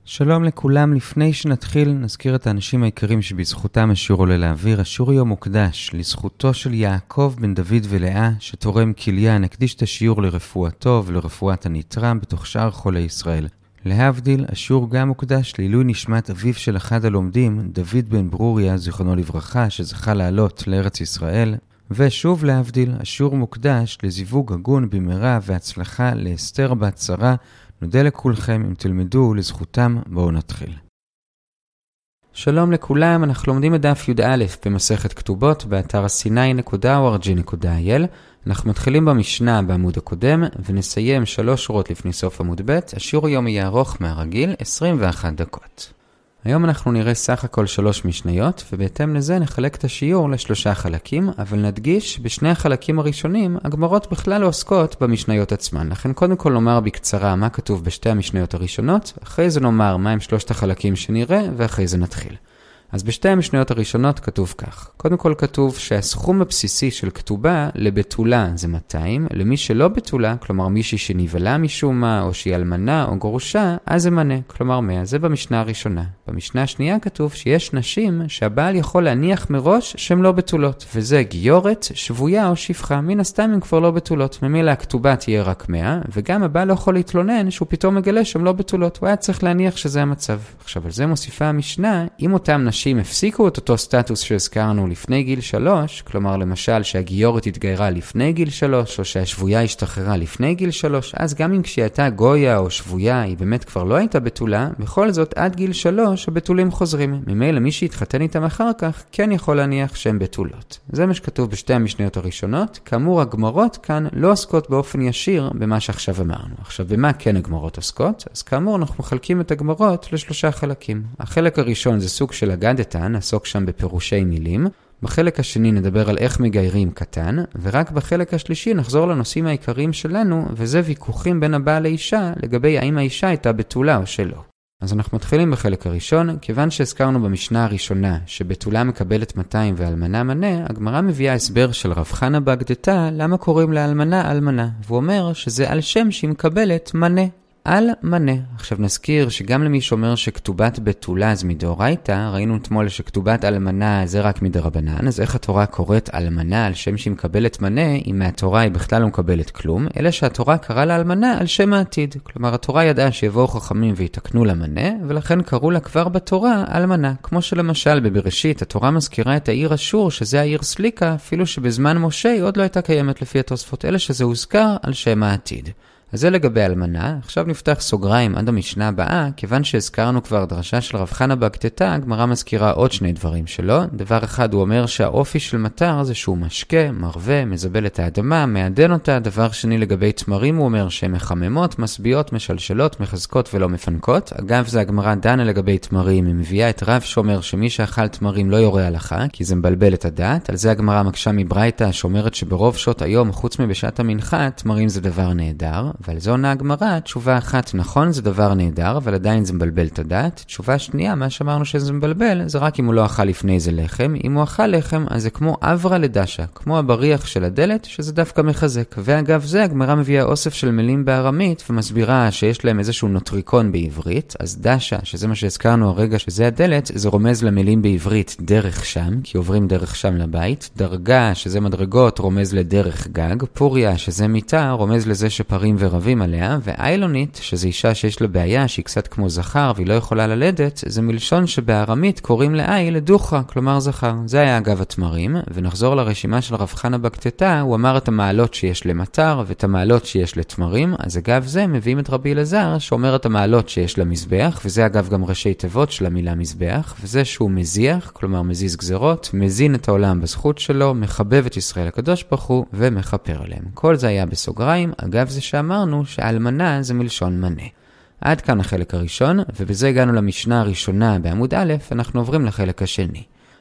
שלום לכולם, לפני שנתחיל נזכיר את האנשים העיקרים שבזכותם השיעור עולה לאוויר. השיעור היום מוקדש לזכותו של יעקב בן דוד ולאה שתורם כליה. נקדיש את השיעור לרפואתו ולרפואת הנתרם בתוך שאר חולי ישראל. להבדיל, השיעור גם מוקדש לעילוי נשמת אביו של אחד הלומדים, דוד בן ברוריה זיכרונו לברכה, שזכה לעלות לארץ ישראל. ושוב להבדיל, השיעור מוקדש לזיווג הגון במהרה והצלחה לאסתר בת שרה. נודה לכולכם אם תלמדו לזכותם. בואו נתחיל. שלום לכולם, אנחנו לומדים את דף י"א במסכת כתובות באתר sinai.org.il. אנחנו מתחילים במשנה בעמוד הקודם ונסיים 3 שורות לפני סוף עמוד ב'. השיעור היום יהיה ארוך מהרגיל, 21 דקות. היום אנחנו נראה סך הכל 3 משניות, ובהתאם לזה נחלק את השיעור ל3 חלקים, אבל נדגיש, בשני החלקים הראשונים, הגמרות בכלל לא עוסקות במשניות עצמן. לכן קודם כל נאמר בקצרה מה כתוב בשתי המשניות הראשונות, אחרי זה נאמר מהם 3 החלקים שנראה, ואחרי זה נתחיל. אז בשתי המשניות הראשונות כתוב כך. קודם כל כתוב שהסכום הבסיסי של כתובה לבתולה זה 200, למי שלא בתולה, כלומר מישהי שנבלה משום מה, או שהיא אלמנה או גרושה, אז זה מנה, כלומר 100. זה במשנה הראשונה. במשנה השנייה כתוב שיש נשים שהבעל יכול להניח מראש שהן לא בתולות, וזה גיורת, שבויה או שפחה. מן הסתם הן כבר לא בתולות. ממילא הכתובה תהיה רק 100, וגם הבעל לא יכול להתלונן שהוא פתאום מגלה שהן לא בתולות. הוא היה צריך להניח שזה המצב. עכשיו על זה מוסיפה המשנה, אם אותם נשים הפסיקו את אותו סטטוס שהזכרנו לפני גיל 3, כלומר למשל שהגיורת התגיירה לפני גיל 3, או שהשבויה השתחררה לפני גיל 3, אז גם אם כשהיא הייתה גויה או שבויה, היא באמת כבר לא הייתה בתולה, בכל זאת עד גיל 3 הבתולים חוזרים. ממילא מי שהתחתן איתם אחר כך כן יכול להניח שהם בתולות. זה מה שכתוב בשתי המשניות הראשונות. כאמור הגמרות כאן לא עוסקות באופן ישיר במה שעכשיו אמרנו. עכשיו במה כן הגמרות עוסקות? אז כאמור אנחנו מחלקים את הגמרות ל3 חלקים. החלק הראשון זה סוג של אגדתן, נעסוק שם בפירושי מילים. בחלק השני נדבר על איך מגיירים קטן, ורק בחלק השלישי נחזור לנושאים העיקריים שלנו, וזה ויכוחים בין הבעל לאישה לגבי האם האישה הייתה בתולה או שלא. אז אנחנו מתחילים בחלק הראשון. כיוון שהזכרנו במשנה הראשונה שבתולה מקבלת 200 ואלמנה מנה, הגמרא מביאה הסבר של רב חנה באגדתא למה קוראים לאלמנה אלמנה, והוא אומר שזה על שם שהיא מקבלת מנה. על מנה. עכשיו נזכיר שגם למי שאומר שכתובת בתולה אז מדאורייתא, ראינו אתמול שכתובת אלמנה זה רק מדרבנן, אז איך התורה קוראת אלמנה על שם שהיא מקבלת מנה, אם מהתורה היא בכלל לא מקבלת כלום, אלא שהתורה קראה לה אלמנה על שם העתיד. כלומר התורה ידעה שיבואו חכמים ויתקנו לה מנה, ולכן קראו לה כבר בתורה אלמנה. כמו שלמשל בבראשית התורה מזכירה את העיר אשור, שזה העיר סליקה, אפילו שבזמן משה היא עוד לא הייתה קיימת לפי התוספות, אלא שזה הוזכר על שם העתיד. אז זה לגבי אלמנה. עכשיו נפתח סוגריים עד המשנה הבאה, כיוון שהזכרנו כבר דרשה של רב חנה באגדתא, הגמרא מזכירה עוד 2 דברים שלו. דבר אחד, הוא אומר שהאופי של מטר זה שהוא משקה, מרווה, מזבל את האדמה, מעדן אותה. דבר שני, לגבי תמרים הוא אומר שהן מחממות, מסביעות, משלשלות, מחזקות ולא מפנקות. אגב, זה הגמרא דנה לגבי תמרים, היא מביאה את רב שאומר שמי שאכל תמרים לא יורה הלכה, כי זה מבלבל את הדעת. על זה הגמרא מקשה מברייתא שאומרת שברוב שעות היום, חוץ מבשעת המנחה, תמרים זה דבר נהדר. ועל זה עונה הגמרא, תשובה אחת, נכון זה דבר נהדר, אבל עדיין זה מבלבל את הדעת. תשובה שנייה, מה שאמרנו שזה מבלבל, זה רק אם הוא לא אכל לפני זה לחם. אם הוא אכל לחם, אז זה כמו אברה לדשה, כמו הבריח של הדלת, שזה דווקא מחזק. ואגב זה, הגמרא מביאה אוסף של מילים בארמית, ומסבירה שיש להם איזשהו נוטריקון בעברית. אז דשה, שזה מה שהזכרנו הרגע שזה הדלת, זה רומז למילים בעברית דרך שם, כי עוברים דרך שם לבית. דרגה, שזה מדרגות, רומז לדרך גג. פוריה, שזה מיטה, רומז לזה שפרים ורבים עליה, ואיילונית, שזו אישה שיש לה בעיה שהיא קצת כמו זכר והיא לא יכולה ללדת, זה מלשון שבארמית קוראים לאיל דוחה, כלומר זכר. זה היה אגב התמרים, ונחזור לרשימה של רב חנה באגדתא, הוא אמר את המעלות שיש למטר ואת המעלות שיש לתמרים, אז אגב זה מביאים את רבי אלעזר שאומר את המעלות שיש למזבח, וזה אגב גם ראשי תיבות של המילה מזבח, וזה שהוא מזיח, כלומר מזיז גזרות, מזין את העולם בזכות שלו, מחבב את ישראל הקדוש ברוך הוא ומכפר עליהם. כל זה היה בסוגריים. אגב זה שאמרנו שאלמנה זה מלשון מנה. עד כאן החלק הראשון, ובזה הגענו למשנה הראשונה בעמוד א', אנחנו עוברים לחלק השני.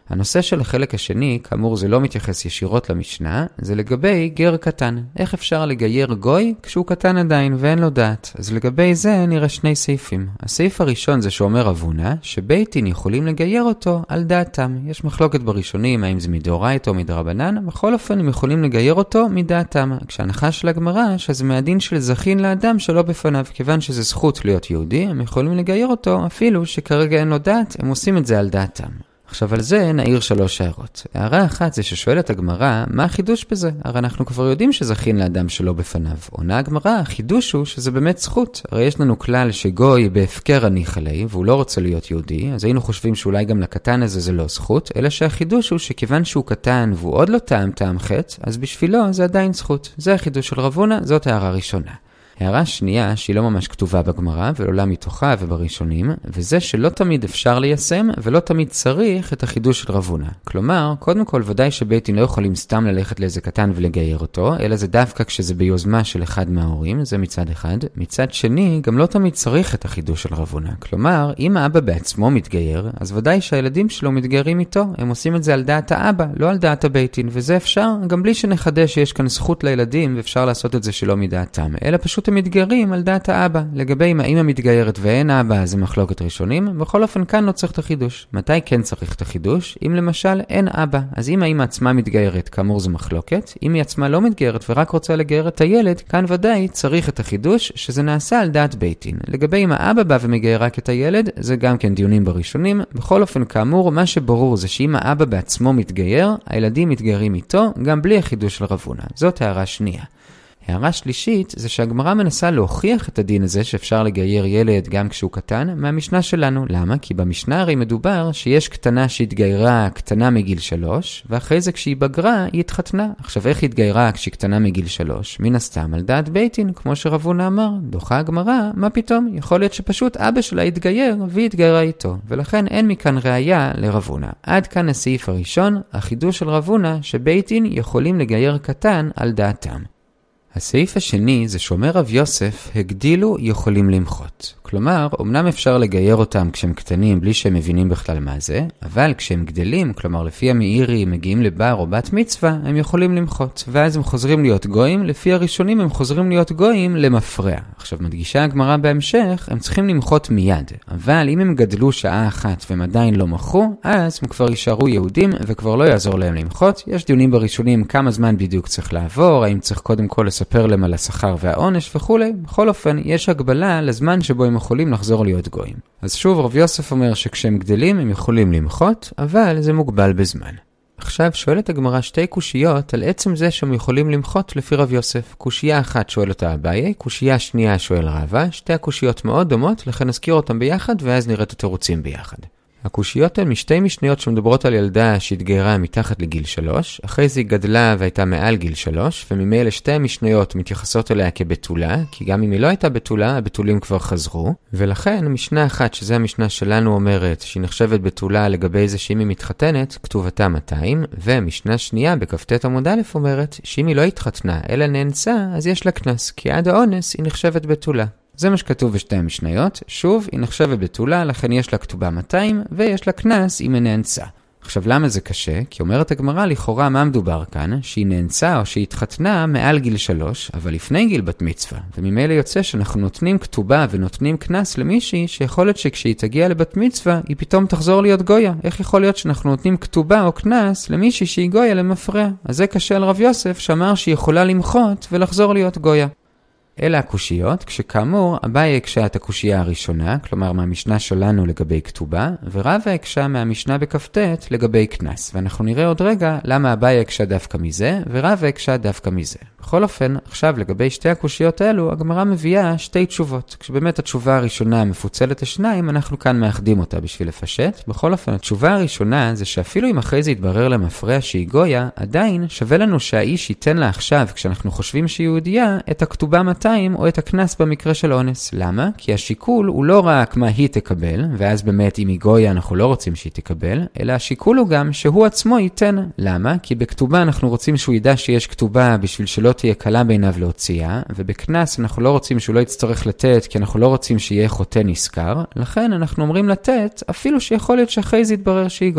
הנושא של החלק השני, כאמור זה לא מתייחס ישירות למשנה, זה לגבי גר קטן. איך אפשר לגייר גוי כשהוא קטן עדיין ואין לו דעת? אז לגבי זה נראה שני סעיפים. הסעיף הראשון זה שאומר רב הונא, שבית דין יכולים לגייר אותו על דעתם. יש מחלוקת בראשונים, האם זה מדאורייתא או מדרבנן, בכל אופן הם יכולים לגייר אותו מדעתם. כשההנחה של הגמרא, שזה מהדין של זכין לאדם שלא בפניו, כיוון שזה זכות להיות יהודי, הם יכולים לגייר אותו אפילו שכרגע אין לו דעת, הם עושים את זה על דעתם. עכשיו על זה נעיר 3 הערות. הערה אחת זה ששואלת הגמרא, מה החידוש בזה? הרי אנחנו כבר יודעים שזכין לאדם שלא בפניו. עונה הגמרא, החידוש הוא שזה באמת זכות. הרי יש לנו כלל שגוי בהפקר הניחא ליה, והוא לא רוצה להיות יהודי, אז היינו חושבים שאולי גם לקטן הזה זה לא זכות, אלא שהחידוש הוא שכיוון שהוא קטן והוא עוד לא טעם חטא, אז בשבילו זה עדיין זכות. זה החידוש של רב הונא, זאת הערה ראשונה. הערה שנייה, שהיא לא ממש כתובה בגמרא, ולא מתוכה ובראשונים, וזה שלא תמיד אפשר ליישם, ולא תמיד צריך את החידוש של רב הונא. כלומר, קודם כל ודאי שבית דין לא יכולים סתם ללכת לאיזה קטן ולגייר אותו, אלא זה דווקא כשזה ביוזמה של אחד מההורים, זה מצד אחד. מצד שני, גם לא תמיד צריך את החידוש של רב הונא. כלומר, אם האבא בעצמו מתגייר, אז ודאי שהילדים שלו מתגיירים איתו. הם עושים את זה על דעת האבא, לא על דעת הבית דין, וזה אפשר, גם בלי שנחדש שיש כאן זכות לילדים, ואפשר לעשות את זה שלא מדעתם, אלא פשוט הם מתגיירים על דעת האבא. לגבי אם האמא מתגיירת ואין האבא, זה מחלוקת ראשונים. בכל אופן כאן לא צריך את החידוש. מתי כן צריך את החידוש? אם למשל אין אבא. אז אם האמא עצמה מתגיירת, כאמור זה מחלוקת. אם היא עצמה לא מתגיירת ורק רוצה לגייר את הילד, כאן ודאי צריך את החידוש שזה נעשה על דעת בית דין. לגבי אם האבא בא ומגייר רק את הילד, זה גם כן דיונים בראשונים. בכל אופן כאמור, מה שברור זה שאם האבא בעצמו מתגייר, הילדים מתגיירים איתו, גם בלי החידוש של רב הונא. זאת הערה שנייה. הערה שלישית זה שהגמרא מנסה להוכיח את הדין הזה שאפשר לגייר ילד גם כשהוא קטן מהמשנה שלנו. למה? כי במשנה הרי מדובר שיש קטנה שהתגיירה קטנה מגיל 3, ואחרי זה כשהיא בגרה היא התחתנה. עכשיו איך התגיירה כשהיא קטנה מגיל 3? מן הסתם על דעת בית דין, כמו שרב הונא אמר. דוחה הגמרא, מה פתאום? יכול להיות שפשוט אבא שלה התגייר והיא התגיירה איתו, ולכן אין מכאן ראיה לרב הונא. עד כאן הסעיף הראשון, החידוש של רב הונא שבית דין יכולים לגייר קטן על דעתם. הסעיף השני זה שאומר רב יוסף, הגדילו יכולים למחות. כלומר, אמנם אפשר לגייר אותם כשהם קטנים בלי שהם מבינים בכלל מה זה, אבל כשהם גדלים, כלומר לפי המאירי מגיעים לבר או בת מצווה, הם יכולים למחות. ואז הם חוזרים להיות גויים, לפי הראשונים הם חוזרים להיות גויים למפרע. עכשיו מדגישה הגמרא בהמשך, הם צריכים למחות מיד. אבל אם הם גדלו שעה אחת והם עדיין לא מחו, אז הם כבר יישארו יהודים וכבר לא יעזור להם למחות. יש דיונים בראשונים כמה זמן בדיוק צריך לעבור, האם צריך קודם כל לספר להם על השכר והעונש וכו'. בכל אופן, יש הגבלה לזמן שבו הם יכולים לחזור להיות גויים. אז שוב, רב יוסף אומר שכשהם גדלים הם יכולים למחות, אבל זה מוגבל בזמן. עכשיו שואלת הגמרא שתי קושיות על עצם זה שהם יכולים למחות לפי רב יוסף. קושייה אחת שואל אותה אביי, קושייה שנייה שואל רבא. שתי הקושיות מאוד דומות, לכן נזכיר אותם ביחד ואז נראה את התירוצים ביחד. הקושיות הן משתי משניות שמדברות על ילדה שהתגיירה מתחת לגיל 3, אחרי זה היא גדלה והייתה מעל גיל 3, וממילא שתי המשניות מתייחסות אליה כבתולה, כי גם אם היא לא הייתה בתולה, הבתולים כבר חזרו, ולכן משנה אחת, שזה המשנה שלנו אומרת, שהיא נחשבת בתולה לגבי זה שאם היא מתחתנת, כתובתה 200, ומשנה שנייה בכ"ט עמוד א' אומרת, שאם היא לא התחתנה אלא נאנסה, אז יש לה קנס, כי עד האונס היא נחשבת בתולה. זה מה שכתוב בשתי המשניות. שוב, היא נחשבת בתולה, לכן יש לה כתובה 200, ויש לה קנס אם היא נאנסה. עכשיו, למה זה קשה? כי אומרת הגמרא לכאורה מה מדובר כאן, שהיא נאנסה או שהיא התחתנה מעל גיל 3, אבל לפני גיל בת מצווה. וממילא יוצא שאנחנו נותנים כתובה ונותנים קנס למישהי שיכול להיות שכשהיא תגיע לבת מצווה, היא פתאום תחזור להיות גויה. איך יכול להיות שאנחנו נותנים כתובה או קנס למישהי שהיא גויה למפרע? אז זה קשה על רב יוסף שאמר שהיא יכולה למחות ולחזור להיות גויה. אלה הקושיות, כשכאמור, אביי הקשה את הקושייה הראשונה, כלומר מהמשנה שלנו לגבי כתובה, ורבא הקשה מהמשנה בכ"ט לגבי קנס. ואנחנו נראה עוד רגע למה אביי הקשה דווקא מזה, ורבא הקשה דווקא מזה. בכל אופן, עכשיו לגבי שתי הקושיות האלו, הגמרא מביאה שתי תשובות. כשבאמת התשובה הראשונה מפוצלת לשניים, אנחנו כאן מאחדים אותה בשביל לפשט. בכל אופן, התשובה הראשונה זה שאפילו אם אחרי זה יתברר למפרע שהיא גויה, עדיין שווה לנו שהאיש ייתן לה עכשיו, כשאנחנו חושבים שהיא יהודייה, את הכתובה 200 או את הקנס במקרה של אונס. למה? כי השיקול הוא לא רק מה היא תקבל, ואז באמת אם היא גויה אנחנו לא רוצים שהיא תקבל, אלא השיקול הוא גם שהוא עצמו ייתן. למה? כי בכתובה אנחנו רוצים שהוא ידע שיש כתובה בשביל שלא תהיה קלה בעיניו להוציאה, ובקנס אנחנו לא רוצים שהוא לא יצטרך לתת, כי אנחנו לא רוצים שיהיה חוטא נזכר, לכן אנחנו אומרים לתת, אפילו שיכול להיות שאחרי זה יתברר שהיא גויה.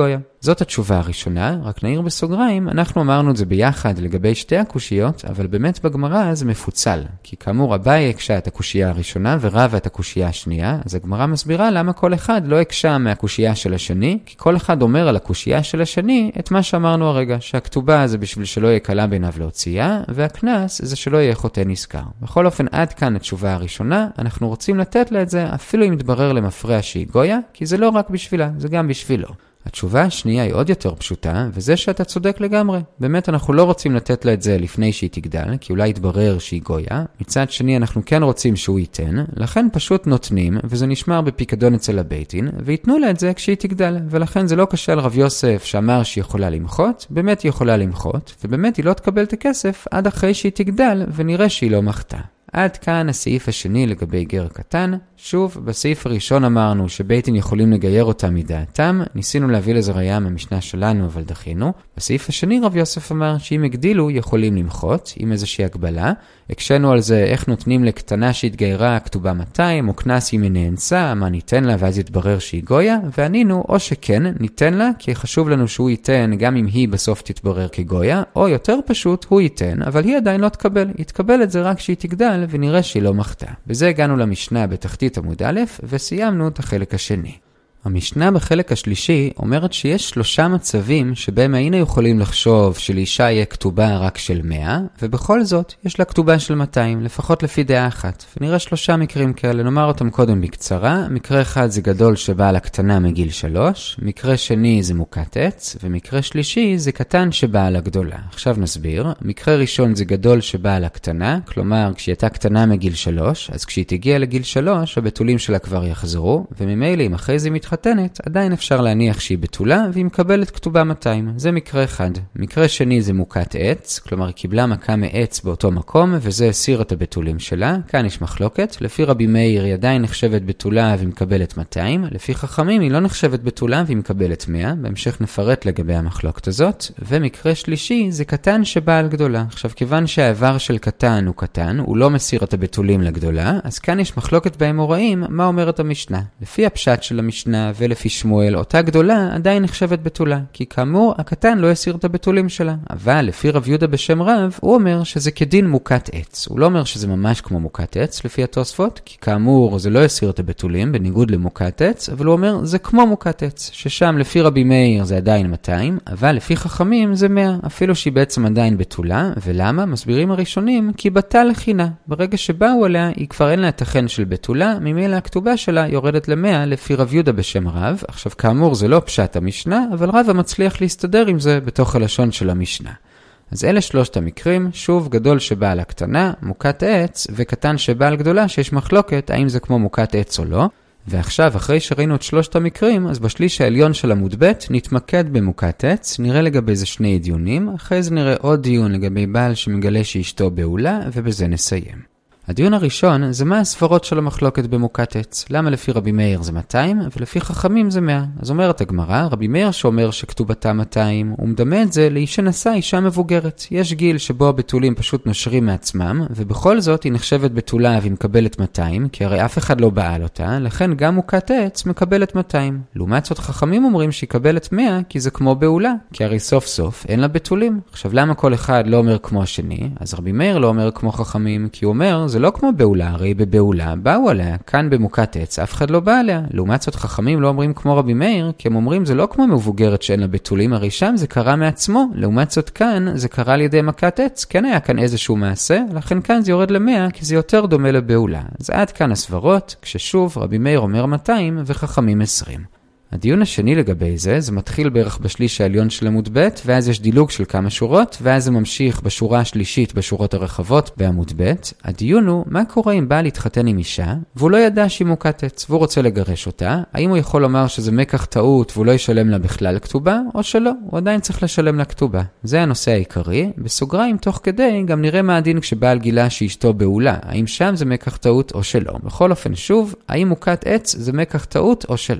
זאת התשובה הראשונה, רק נעיר בסוגריים, אנחנו אמרנו את זה ביחד לגבי שתי הקושיות, אבל באמת בגמרא זה מפוצל. כי כאמור, אביי הקשה את הקושייה הראשונה ורבא את הקושייה השנייה, אז הגמרא מסבירה למה כל אחד לא הקשה מהקושייה של השני, כי כל אחד אומר על הקושייה של השני את מה שאמרנו הרגע, שהכתובה זה בשביל שלא יהיה קלה בעיניו להוציאה, והכנס זה שלא יהיה חוטא נזכר. בכל אופן, עד כאן התשובה הראשונה, אנחנו רוצים לתת לה את זה אפילו אם מתברר למפרע שהיא גויה, כי זה לא רק בשבילה, זה גם בשבילו. התשובה השנייה היא עוד יותר פשוטה, וזה שאתה צודק לגמרי. באמת אנחנו לא רוצים לתת לה את זה לפני שהיא תגדל, כי אולי יתברר שהיא גויה. מצד שני אנחנו כן רוצים שהוא ייתן, לכן פשוט נותנים, וזה נשמר בפיקדון אצל הבייטין, ויתנו לה את זה כשהיא תגדל. ולכן זה לא קשה על רב יוסף שאמר שהיא יכולה למחות, באמת היא יכולה למחות, ובאמת היא לא תקבל את הכסף עד אחרי שהיא תגדל, ונראה שהיא לא מחתה. עד כאן הסעיף השני לגבי גר קטן. שוב, בסעיף הראשון אמרנו שבייטין יכולים לגייר אותם מדעתם, ניסינו להביא לזה ראיה מהמשנה שלנו אבל דחינו. בסעיף השני רב יוסף אמר שאם הגדילו יכולים למחות עם איזושהי הגבלה. הקשנו על זה איך נותנים לקטנה שהתגיירה כתובה 200 או כנס אם היא נאנסה, מה ניתן לה ואז יתברר שהיא גויה, וענינו או שכן ניתן לה כי חשוב לנו שהוא ייתן גם אם היא בסוף תתברר כגויה, או יותר פשוט הוא ייתן אבל היא עדיין לא תקבל, היא תקבל את זה רק שהיא תגדל ונראה שהיא לא מחתה. בזה הגענו למשנה בתחתית עמוד א' וסיימנו את החלק השני. המשנה בחלק השלישי אומרת שיש 3 מצבים שבהם היינו יכולים לחשוב שלאישה יהיה כתובה רק של 100, ובכל זאת יש לה כתובה של 200, לפחות לפי דעה אחת. ונראה 3 מקרים כאלה, נאמר אותם קודם בקצרה. מקרה אחד זה גדול שבא לה קטנה מגיל 3, מקרה שני זה מוכת עץ, ומקרה שלישי זה קטן שבא לה גדולה. עכשיו נסביר. מקרה ראשון זה גדול שבא לה קטנה, כלומר כשהיא הייתה קטנה מגיל 3, אז כשהיא תגיע לגיל 3 הבתולים שלה כבר יחזרו, וממילא אם אחרי זה מתחתנת, עדיין אפשר להניח שהיא בתולה והיא מקבלת כתובה 200. זה מקרה אחד. מקרה שני זה מוכת עץ, כלומר היא קיבלה מכה מעץ באותו מקום וזה הסיר את הבתולים שלה. כאן יש מחלוקת. לפי רבי מאיר היא עדיין נחשבת בתולה והיא מקבלת 200. לפי חכמים היא לא נחשבת בתולה והיא מקבלת 100. בהמשך נפרט לגבי המחלוקת הזאת. ומקרה שלישי זה קטן שבא על גדולה. עכשיו כיוון שהעבר של קטן הוא קטן, הוא לא מסיר את הבתולים לגדולה, אז כאן יש מחלוקת באמוראים מה אומרת המשנה. לפי הפשט של המשנה ולפי שמואל, אותה גדולה עדיין נחשבת בתולה, כי כאמור הקטן לא יסיר את הבתולים שלה. אבל לפי רב יהודה בשם רב, הוא אומר שזה כדין מוכת עץ. הוא לא אומר שזה ממש כמו מוכת עץ לפי התוספות, כי כאמור זה לא יסיר את הבתולים בניגוד למוכת עץ, אבל הוא אומר זה כמו מוכת עץ, ששם לפי רבי מאיר זה עדיין 200, אבל לפי חכמים זה 100, אפילו שהיא בעצם עדיין בתולה. ולמה? מסבירים הראשונים, כי בתה לחינה. ברגע שבאו עליה היא כבר אין לה את החן של בתולה, ממילא הכתובה שלה יורדת ל100 לפי רב יהודה בשם רב. עכשיו כאמור זה לא פשט המשנה, אבל רב מצליח להסתדר עם זה בתוך הלשון של המשנה. אז אלה 3 המקרים, שוב גדול שבא על הקטנה, מוכת עץ, וקטן שבא על גדולה שיש מחלוקת האם זה כמו מוכת עץ או לא. ועכשיו אחרי שראינו את 3 המקרים, אז בשליש העליון של עמוד ב' נתמקד במוכת עץ, נראה לגבי זה 2 דיונים, אחרי זה נראה עוד דיון לגבי בעל שמגלה שאשתו בעולה, ובזה נסיים. הדיון הראשון זה מה הסברות של המחלוקת במוכת עץ. למה לפי רבי מאיר זה 200 ולפי חכמים זה 100? אז אומרת הגמרא, רבי מאיר שאומר שכתובתה 200, הוא מדמה את זה לאיש שנשא אישה מבוגרת. יש גיל שבו הבתולים פשוט נושרים מעצמם, ובכל זאת היא נחשבת בתולה והיא מקבלת 200, כי הרי אף אחד לא בעל אותה, לכן גם מוכת עץ מקבלת 200. לעומת זאת חכמים אומרים שהיא קבלת 100 כי זה כמו בעולה, כי הרי סוף סוף אין לה בתולים. עכשיו למה כל אחד לא אומר כמו השני? אז רבי מאיר לא אומר כמו חכמים, כי הוא אומר זה לא כמו בעולה, הרי בבעולה באו עליה, כאן במוכת עץ אף אחד לא בא עליה. לעומת זאת חכמים לא אומרים כמו רבי מאיר, כי הם אומרים זה לא כמו מבוגרת שאין לה בתולים, הרי שם זה קרה מעצמו. לעומת זאת כאן זה קרה על ידי מכת עץ, כן היה כאן איזשהו מעשה, לכן כאן זה יורד ל100 כי זה יותר דומה לבעולה. אז עד כאן הסברות, כששוב רבי מאיר אומר 200 וחכמים 20. הדיון השני לגבי זה מתחיל בערך בשליש העליון של עמוד ב', ואז יש דילוג של כמה שורות, ואז זה ממשיך בשורה השלישית בשורות הרחבות בעמוד ב'. הדיון הוא מה קורה אם בעל להתחתן עם אישה, והוא לא ידע שהיא מוכת עץ, והוא רוצה לגרש אותה. האם הוא יכול לומר שזה מקח טעות והוא לא ישלם לה בכלל כתובה, או שלא, הוא עדיין צריך לשלם לה כתובה. זה הנושא העיקרי. בסוגריים תוך כדי גם נראה מה הדין כשבעל גילה שאשתו בעולה, האם שם זה מקח טעות או שלא. בכל אופן שוב, האם מוכת עץ זה מקח טעות או שלא.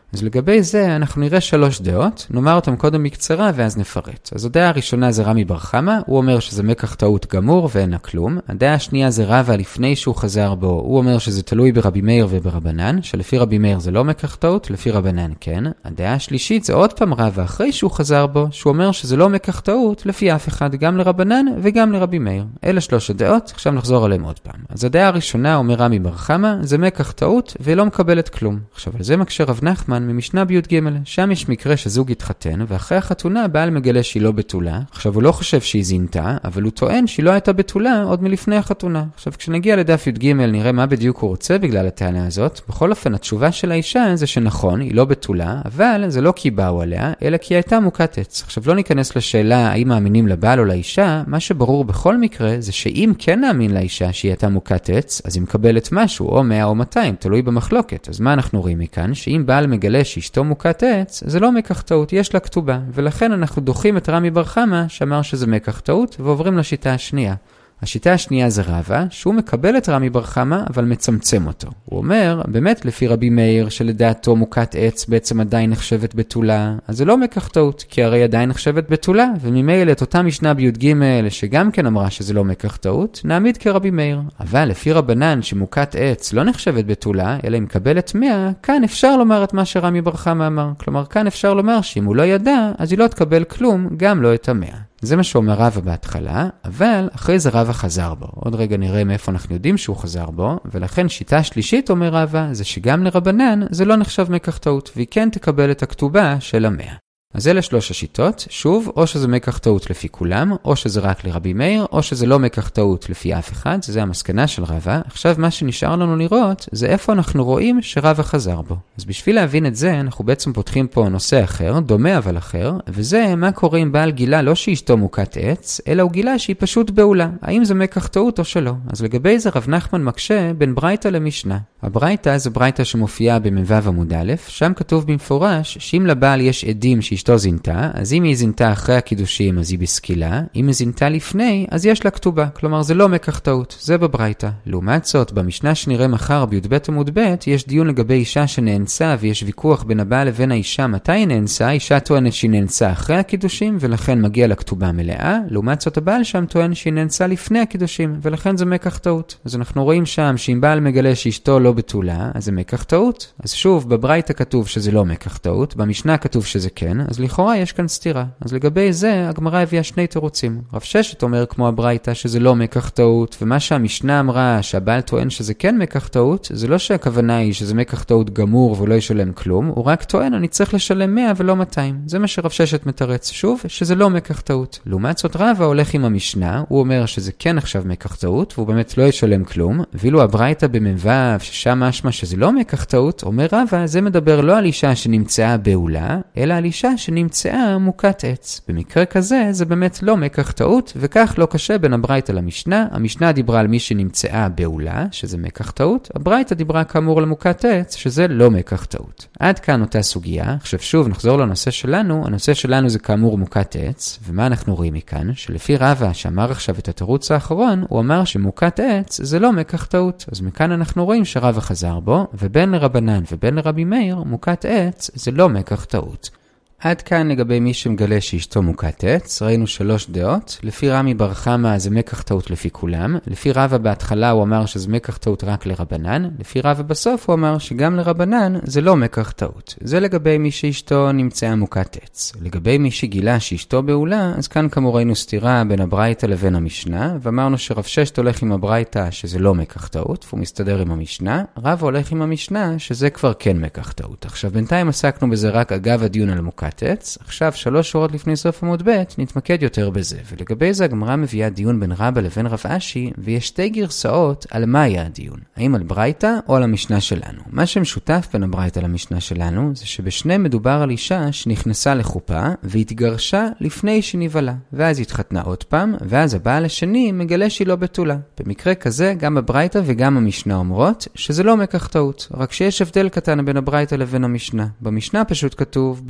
אז לגבי זה אנחנו נראה 3 דעות, נאמר אותם קודם בקצרה ואז נפרט. אז הדעה הראשונה זה רמי בר חמא, הוא אומר שזה מקח טעות גמור ואין לה כלום. הדעה השנייה זה רבא לפני שהוא חזר בו, הוא אומר שזה תלוי ברבי מאיר וברבנן, שלפי רבי מאיר זה לא מקח טעות, לפי רבנן כן. הדעה השלישית זה עוד פעם רבא אחרי שהוא חזר בו, שהוא אומר שזה לא מקח טעות לפי אף אחד, גם לרבנן וגם לרבי מאיר. אלה 3 הדעות, עכשיו נחזור עליהם עוד פעם. אז הדעה הראשונה אומר רמי בר חמא, זה מקח טעות ולא מקבלת כלום. עכשיו על זה מקשה רב נחמן ממשנה בי"ג, שם יש מקרה שזוג התחתן, ואחרי החתונה הבעל מגלה שהיא לא בתולה. עכשיו הוא לא חושב שהיא זינתה, אבל הוא טוען שהיא לא הייתה בתולה עוד מלפני החתונה. עכשיו כשנגיע לדף י"ג נראה מה בדיוק הוא רוצה בגלל הטענה הזאת. בכל אופן התשובה של האישה זה שנכון, היא לא בתולה, אבל זה לא כי באו עליה, אלא כי היא הייתה מוכת עץ. עכשיו לא ניכנס לשאלה האם מאמינים לבעל או לאישה, מה שברור בכל מקרה זה שאם כן נאמין לאישה שהיא הייתה מוכת עץ, אז היא מקבלת משהו, או 100 או 200, תלוי במחלוקת. אז מה אנחנו רואים מכאן? שאם בעל מגלה שאשתו מוכת עץ, זה לא מקח טעות, יש לה כתובה, ולכן אנחנו דוחים את רמי בר חמא שאמר שזה מקח טעות, ועוברים לשיטה השנייה. השיטה השנייה זה רבא, שהוא מקבל את רמי בר חמא, אבל מצמצם אותו. הוא אומר, באמת לפי רבי מאיר, שלדעתו מוכת עץ בעצם עדיין נחשבת בתולה, אז זה לא מקח טעות, כי הרי עדיין נחשבת בתולה, וממילא את אותה משנה בי"ג, שגם כן אמרה שזה לא מקח טעות, נעמיד כרבי מאיר. אבל לפי רבנן שמוכת עץ לא נחשבת בתולה, אלא היא מקבלת 100, כאן אפשר לומר את מה שרמי בר חמא אמר. כלומר, כאן אפשר לומר שאם הוא לא ידע, אז היא לא תקבל כלום, גם לא את 100. זה מה שאומר רבא בהתחלה, אבל אחרי זה רבא חזר בו. עוד רגע נראה מאיפה אנחנו יודעים שהוא חזר בו, ולכן שיטה שלישית אומר רבא, זה שגם לרבנן זה לא נחשב מקח טעות, והיא כן תקבל את הכתובה של 100. אז אלה 3 השיטות, שוב, או שזה מקח טעות לפי כולם, או שזה רק לרבי מאיר, או שזה לא מקח טעות לפי אף אחד, זה המסקנה של רבא. עכשיו מה שנשאר לנו לראות, זה איפה אנחנו רואים שרבא חזר בו. אז בשביל להבין את זה, אנחנו בעצם פותחים פה נושא אחר, דומה אבל אחר, וזה מה קורה אם בעל גילה לא שאשתו מוכת עץ, אלא הוא גילה שהיא פשוט בעולה. האם זה מקח טעות או שלא? אז לגבי זה רב נחמן מקשה בין ברייתא למשנה. הברייתא זה ברייתא שמופיעה במ"ו עמוד א', שם כתוב במפורש שאם לבעל יש עדים שאשתו זינתה, אז אם היא זינתה אחרי הקידושים אז היא בסקילה, אם היא זינתה לפני אז יש לה כתובה, כלומר זה לא מקח טעות, זה בברייתא. לעומת זאת, במשנה שנראה מחר בי"ב עמוד ב' יש דיון לגבי אישה שנאנסה ויש ויכוח בין הבעל לבין האישה מתי היא נאנסה. האישה טוענת שהיא נאנסה אחרי הקידושים ולכן מגיע לה כתובה מלאה, לעומת זאת הבעל שם טוען שהיא נאנסה לפני הקידושים ולכן זה מקח טעות. אז אנחנו רואים שם שאם בעל מגלה שאשתו לא בתולה, אז זה מקח טעות. אז שוב, בברייתא כתוב שזה לא מקח טעות, במשנה כתוב שזה כן, אז לכאורה יש כאן סתירה. אז לגבי זה, הגמרא הביאה 2 תירוצים. רב ששת אומר כמו הברייתא שזה לא מקח טעות, ומה שהמשנה אמרה שהבעל טוען שזה כן מקח טעות, זה לא שהכוונה היא שזה מקח טעות גמור ולא ישלם כלום, הוא רק טוען אני צריך לשלם 100 ולא 200. זה מה שרב ששת מתרץ. שוב, שזה לא מקח טעות. לעומת זאת רבא הולך עם המשנה, הוא אומר שזה כן עכשיו מקח טעות, והוא באמת לא ישלם כלום, ואילו הברייתא במ"ו ששם משמע שזה לא מקח טעות, אומר רבא, זה מדבר לא על אישה שנמצאה בעולה, אלא על אישה שנמצאה מוכת עץ. במקרה כזה זה באמת לא מקח טעות, וכך לא קשה בין הברייתא למשנה. המשנה דיברה על מי שנמצאה בעולה, שזה מקח טעות, הברייתא דיברה כאמור על מוכת עץ, שזה לא מקח טעות. עד כאן אותה סוגיה. עכשיו שוב נחזור לנושא שלנו. הנושא שלנו זה כאמור מוכת עץ, ומה אנחנו רואים מכאן? שלפי רבא שאמר עכשיו את התירוץ האחרון, הוא אמר שמוכת עץ זה לא מקח טעות. אז מכאן אנחנו רואים שרבא חזר בו, ובין לרבנן ובין לרבי מאיר, מוכת עץ זה לא מקח טעות. עד כאן לגבי מי שמגלה שאשתו מוכת עץ, ראינו 3 דעות. לפי רמי בר חמא זה מקח טעות לפי כולם. לפי רבא בהתחלה הוא אמר שזה מקח טעות רק לרבנן. לפי רבא בסוף הוא אמר שגם לרבנן זה לא מקח טעות. זה לגבי מי שאשתו נמצאה מוכת עץ. לגבי מי שגילה שאשתו בעולה, אז כאן כאמור ראינו סתירה בין הברייתא לבין המשנה, ואמרנו שרב ששת הולך עם הברייתא שזה לא מקח טעות, והוא מסתדר עם המשנה. רבא הולך עם המשנה שזה כבר כן מקח טעות. עכשיו בינתיים עסקנו בזה רק אגב הדיון על מוכת עץ. עכשיו 3 שורות לפני סוף עמוד ב' נתמקד יותר בזה, ולגבי זה הגמרא מביאה דיון בין רבא לבין רב אשי, ויש 2 גרסאות על מה היה הדיון, האם על ברייתא או על המשנה שלנו. מה שמשותף בין הברייתא למשנה שלנו זה שבשניהם מדובר על אישה שנכנסה לחופה והתגרשה לפני שנבלה, ואז התחתנה עוד פעם, ואז הבעל השני מגלה שהיא לא בתולה. במקרה כזה גם בברייתא וגם המשנה אומרות שזה לא מקח טעות, רק שיש הבדל קטן בין הברייתא לבין המשנה. במשנה פשוט כתוב בתולה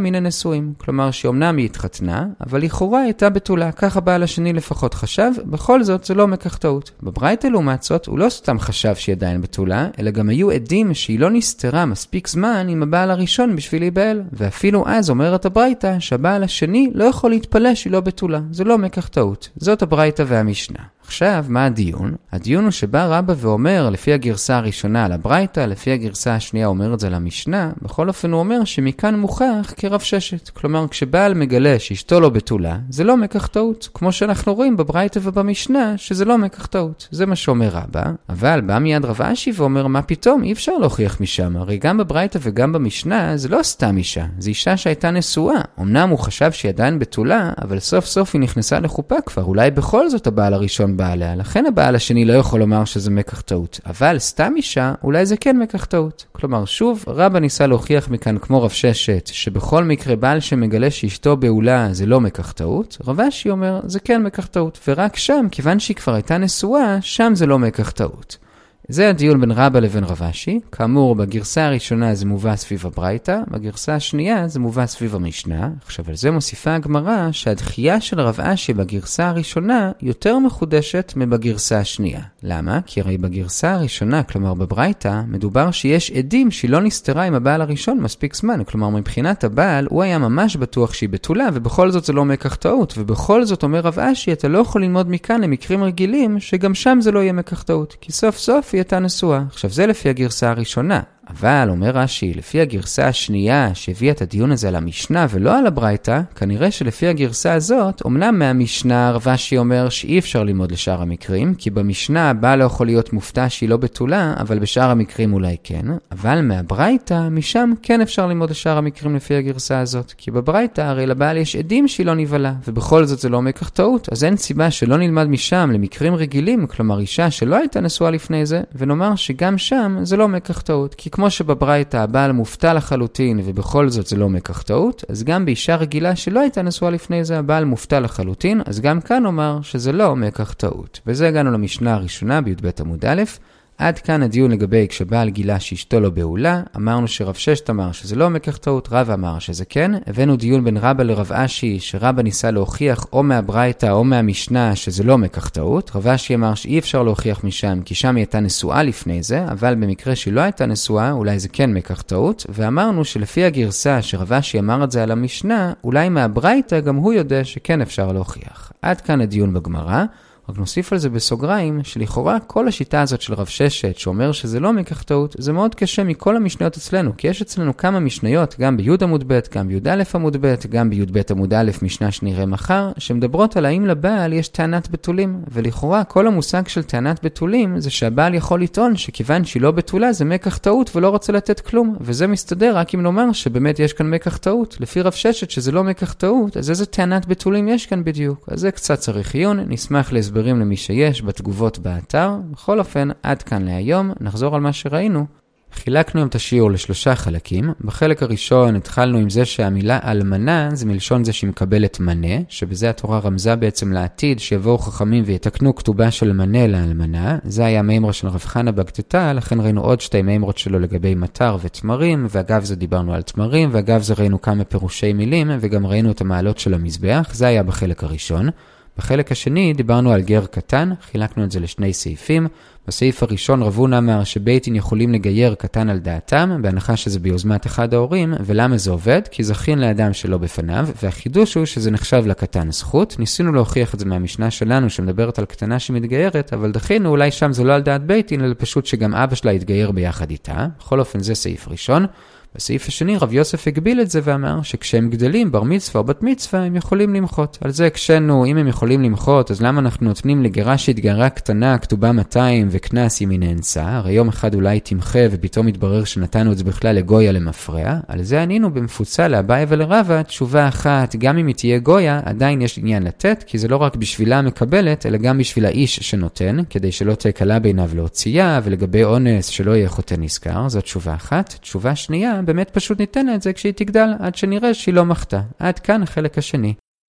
מן הנשואים. כלומר שאומנם היא התחתנה, אבל לכאורה הייתה בתולה. כך הבעל השני לפחות חשב, בכל זאת זה לא מקח טעות. בברייתא לעומת זאת, הוא לא סתם חשב שהיא עדיין בתולה, אלא גם היו עדים שהיא לא נסתרה מספיק זמן עם הבעל הראשון בשביל להיבעל. ואפילו אז אומרת הברייתא שהבעל השני לא יכול להתפלא שהיא לא בתולה. זה לא מקח טעות. זאת הברייתא והמשנה. עכשיו, מה הדיון? הדיון הוא שבא רבא ואומר, לפי הגרסה הראשונה על הברייתא, לפי הגרסה השנייה אומר את זה למשנה, בכל אופן הוא אומר שמכאן מוכח כרב ששת. כלומר, כשבעל מגלה שאשתו לא בתולה, זה לא מקח טעות. כמו שאנחנו רואים בברייתא ובמשנה, שזה לא מקח טעות. זה מה שאומר רבא. אבל בא מיד רב אשי ואומר, מה פתאום? אי אפשר להוכיח משם. הרי גם בברייתא וגם במשנה, זה לא סתם אישה. זה אישה שהייתה נשואה. אמנם הוא חשב שהיא עדיין בתולה, אבל סוף סוף היא נכנסה לחופה כבר. אולי בכל זאת הבעל הראשון בעליה. לכן הבעל השני לא יכול לומר שזה מקח טעות. אבל סתם אישה, אולי זה כן מקח טעות. כלומר, שוב, רבא ניסה להוכיח מכאן כמו רב ששת, שבכל מקרה בעל שמגלה שאשתו בעולה זה לא מקח טעות. רב אשי אומר, זה כן מקח טעות. ורק שם, כיוון שהיא כבר הייתה נשואה, שם זה לא מקח טעות. זה הדיון בין רבא לבין רב אשי. כאמור, בגרסה הראשונה זה מובא סביב הברייתא, בגרסה השנייה זה מובא סביב המשנה. עכשיו, על זה מוסיפה הגמרא שהדחייה של רב אשי בגרסה הראשונה יותר מחודשת מבגרסה השנייה. למה? כי הרי בגרסה הראשונה, כלומר בברייתא, מדובר שיש עדים שהיא לא נסתרה עם הבעל הראשון מספיק זמן. כלומר, מבחינת הבעל, הוא היה ממש בטוח שהיא בתולה, ובכל זאת זה לא מקח טעות. ובכל זאת אומר רב אשי, אתה לא יכול ללמוד מכאן למקרים רגילים, שגם שם זה לא יהיה מקח טעות. כי סוף סוף היא הייתה נשואה. עכשיו זה לפי הגרסה הראשונה. אבל, אומר רש"י, לפי הגרסה השנייה שהביאה את הדיון הזה על המשנה ולא על הברייתא, כנראה שלפי הגרסה הזאת, אמנם מהמשנה רש"י אומר שאי אפשר ללמוד לשאר המקרים, כי במשנה הבעל לא יכול להיות מופתע שהיא לא בתולה, אבל בשאר המקרים אולי כן. אבל מהברייתא, משם כן אפשר ללמוד לשאר המקרים לפי הגרסה הזאת. כי בברייתא הרי לבעל יש עדים שהיא לא נבלה, ובכל זאת זה לא מקח טעות, אז אין סיבה שלא נלמד משם למקרים רגילים, כלומר אישה שלא הייתה נשואה לפני זה, ונאמר שגם שם זה לא מקח טעות. כי כמו שבברייתא הבעל מופתע לחלוטין ובכל זאת זה לא מקח טעות, אז גם באישה רגילה שלא הייתה נשואה לפני זה הבעל מופתע לחלוטין, אז גם כאן אומר שזה לא מקח טעות. וזה הגענו למשנה הראשונה בי"ב עמוד א'. עד כאן הדיון לגבי כשבעל גילה שאשתו לא בעולה, אמרנו שרב ששת אמר שזה לא מקח טעות, רב אמר שזה כן. הבאנו דיון בין רבא לרב אשי, שרבא ניסה להוכיח או מהברייתא או מהמשנה שזה לא מקח טעות. רב אשי אמר שאי אפשר להוכיח משם, כי שם היא הייתה נשואה לפני זה, אבל במקרה שהיא לא הייתה נשואה, אולי זה כן מקח טעות. ואמרנו שלפי הגרסה שרב אשי אמר את זה על המשנה, אולי מהברייתא גם הוא יודע שכן אפשר להוכיח. עד כאן הדיון בגמרא. רק נוסיף על זה בסוגריים, שלכאורה כל השיטה הזאת של רב ששת, שאומר שזה לא מקח טעות, זה מאוד קשה מכל המשניות אצלנו, כי יש אצלנו כמה משניות, גם בי' עמוד ב', גם בי' א' עמוד ב', גם בי"ב עמוד א', משנה שנראה מחר, שמדברות על האם לבעל יש טענת בתולים, ולכאורה כל המושג של טענת בתולים, זה שהבעל יכול לטעון שכיוון שהיא לא בתולה, זה מקח טעות ולא רוצה לתת כלום, וזה מסתדר רק אם נאמר שבאמת יש כאן מקח טעות. לפי רב ששת שזה לא מקח טעות, אז איזה טענת בתולים יש כאן בדיוק? אז זה קצת צריך עיון, נשמח להסברים למי שיש בתגובות באתר. בכל אופן, עד כאן להיום, נחזור על מה שראינו. חילקנו את השיעור לשלושה חלקים. בחלק הראשון התחלנו עם זה שהמילה אלמנה זה מלשון זה שהיא מקבלת מנה, שבזה התורה רמזה בעצם לעתיד שיבואו חכמים ויתקנו כתובה של מנה לאלמנה. זה היה מימרה של רב חנה בגטטה, לכן ראינו עוד שתי מימרות שלו לגבי מטר ותמרים, ואגב זה דיברנו על תמרים, ואגב זה ראינו כמה פירושי מילים, וגם ראינו את המעלות של המזבח. זה היה בחלק הראשון. בחלק השני דיברנו על גר קטן, חילקנו את זה לשני סעיפים. בסעיף הראשון רב הונא אמר שבית דין יכולים לגייר קטן על דעתם, בהנחה שזה ביוזמת אחד ההורים, ולמה זה עובד? כי זכין לאדם שלא בפניו, והחידוש הוא שזה נחשב לקטן זכות. ניסינו להוכיח את זה מהמשנה שלנו שמדברת על קטנה שמתגיירת, אבל דחינו אולי שם זה לא על דעת בית דין, אלא פשוט שגם אבא שלה יתגייר ביחד איתה. בכל אופן זה סעיף ראשון. בסעיף השני רב יוסף הגביל את זה ואמר שכשהם גדלים בר מצווה או בת מצווה הם יכולים למחות. על זה הקשנו, אם הם יכולים למחות, אז למה אנחנו נותנים לגרה שהתגרה קטנה, כתובה 200 וכנס אם היא נאנסה? הרי יום אחד אולי תמחה ופתאום מתברר שנתנו את זה בכלל לגויה למפרע. על זה ענינו במפוצה לאביי ולרבא תשובה אחת, גם אם היא תהיה גויה עדיין יש עניין לתת, כי זה לא רק בשבילה מקבלת אלא גם בשביל האיש שנותן, כדי שלא תקלה בעיניו להוציאה, ולגבי אונס שלא יהיה חותן נזכר. זאת תשובה אחת. תשובה שנייה, באמת פשוט ניתן את זה כשהיא תגדל, עד שנראה שהיא לא מחתה. עד כאן החלק השני.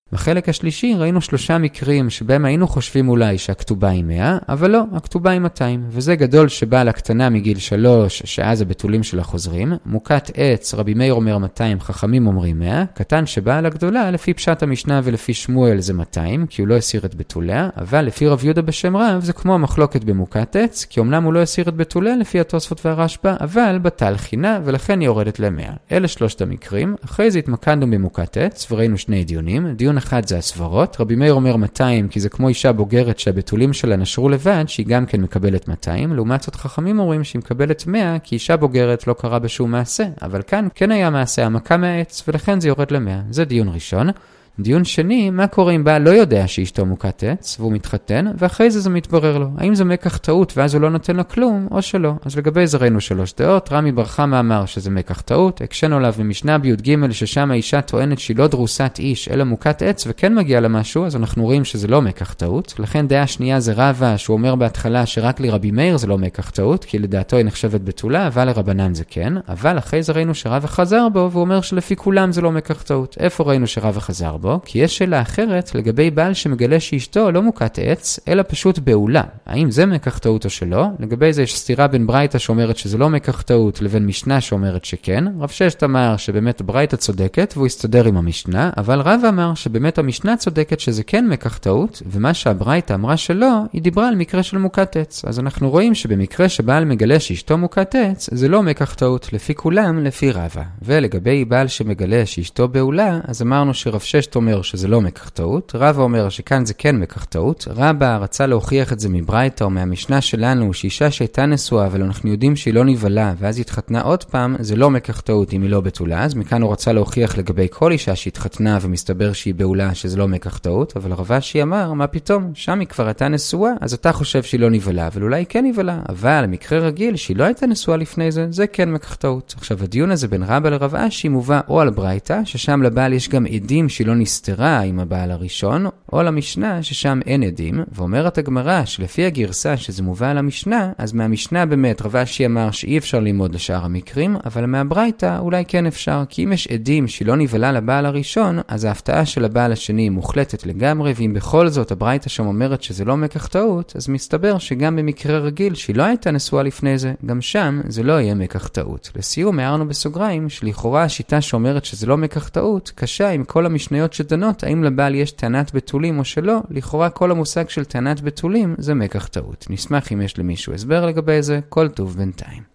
בחלק השלישי ראינו 3 מקרים שבהם היינו חושבים אולי שהכתובה היא 100, אבל לא, הכתובה היא 200. וזה גדול שבא לקטנה מגיל 3, שאז הבתולים שלה חוזרים. מוכת עץ, רבי מאיר אומר 200, חכמים אומרים 100. קטן שבא לגדולה, לפי פשט המשנה ולפי שמואל זה 200, כי הוא לא הסיר את בתוליה. אבל לפי רב יהודה בשם רב, זה כמו המחלוקת במוכת עץ, כי אמנם הוא לא הסיר את בתוליה לפי התוספות והרשב"א, אבל בטל חינה, ולכן היא יורדת ל100. אלה 3 המקרים. אחרי זה התמקדנו במוכת עץ, וראינו 2 דיונים. דיון אחד זה הסברות. רבי מאיר אומר 200, כי זה כמו אישה בוגרת שהבתולים שלה נשרו לבד, שהיא גם כן מקבלת 200. לעומת זאת חכמים אומרים שהיא מקבלת 100, כי אישה בוגרת לא קרה בשום מעשה. אבל כאן כן היה מעשה המכה מהעץ, ולכן זה יורד ל100. זה דיון ראשון. דיון שני, מה קורה אם בעל לא יודע שאשתו מוכת עץ, והוא מתחתן, ואחרי זה מתברר לו. האם זה מקח טעות, ואז הוא לא נותן לו כלום, או שלא? אז לגבי זה ראינו 3 דעות. רמי בר חמא אמר שזה מקח טעות, הקשנו עליו במשנה בי"ג, ששם האישה טוענת שהיא לא דרוסת איש, אלא מוכת עץ, וכן מגיע לה משהו, אז אנחנו רואים שזה לא מקח טעות. לכן דעה שנייה זה רבא, שהוא אומר בהתחלה שרק לרבי מאיר זה לא מקח טעות, כי לדעתו היא נחשבת בתולה, אבל לרבנן זה כן. אבל אחרי זה ראינו שרבא חזר בו, והוא אומר שלפי כולם זה לא מקח טעות. איפה ראינו שרבא חזר בו? כי יש שאלה אחרת לגבי בעל שמגלה שאשתו לא מוכת עץ, אלא פשוט בעולה. האם זה מקח טעות או שלא? לגבי זה יש סתירה בין ברייתא שאומרת שזה לא מקח טעות, לבין משנה שאומרת שכן. רב ששת אמר שבאמת ברייתא צודקת, והוא הסתדר עם המשנה, אבל רב אמר שבאמת המשנה צודקת שזה כן מקח טעות, ומה שהברייתא אמרה שלא, היא דיברה על מקרה של מוכת עץ. אז אנחנו רואים שבמקרה שבעל מגלה שאשתו מוכת עץ, זה לא מקח טעות, לפי כולם, לפי רבא. ולגבי בעל שמגלה שאשתו בעולה, אז אמרנו שרב ששת אומר שזה לא מקח טעות. רבא אומר שכאן זה כן מקח טעות. רבא רצה להוכיח את זה מברייתא או מהמשנה שלנו, שאישה שהייתה נשואה, אבל אנחנו יודעים שהיא לא נבלה, ואז התחתנה עוד פעם, זה לא מקח טעות אם היא לא בתולה. אז מכאן הוא רצה להוכיח לגבי כל אישה שהתחתנה ומסתבר שהיא בעולה, שזה לא מקח טעות. אבל רב אשי אמר, מה פתאום? שם היא כבר הייתה נשואה, אז אתה חושב שהיא לא נבלה, אבל אולי היא כן נבלה. אבל המקרה רגיל שהיא לא הייתה נשואה לפני זה, זה כן מקח טעות. עכשיו הדיון הזה בין רבא לרב אשי מובא או על ברייתא, ששם לבעל יש גם עדים שהיא לא נסתרה עם הבעל הראשון, או למשנה ששם אין עדים, ואומרת הגמרא שלפי הגרסה שזה מובא על המשנה, אז מהמשנה באמת רב אשי אמר שאי אפשר ללמוד לשאר המקרים, אבל מהברייתא אולי כן אפשר, כי אם יש עדים שהיא לא נבלה לבעל הראשון, אז ההפתעה של הבעל השני מוחלטת לגמרי, ואם בכל זאת הברייתא שם אומרת שזה לא מקח טעות, אז מסתבר שגם במקרה רגיל שהיא לא הייתה נשואה לפני זה, גם שם זה לא יהיה מקח טעות. לסיום הערנו בסוגריים שלכאורה השיטה שאומרת שזה לא מקח טעות, קשה עם כל המשניות שדנות האם לבעל יש טענת בתולים או שלא. לכאורה כל המושג של טענת בתולים זה מקח טעות. נשמח אם יש למישהו הסבר לגבי זה. כל טוב בינתיים.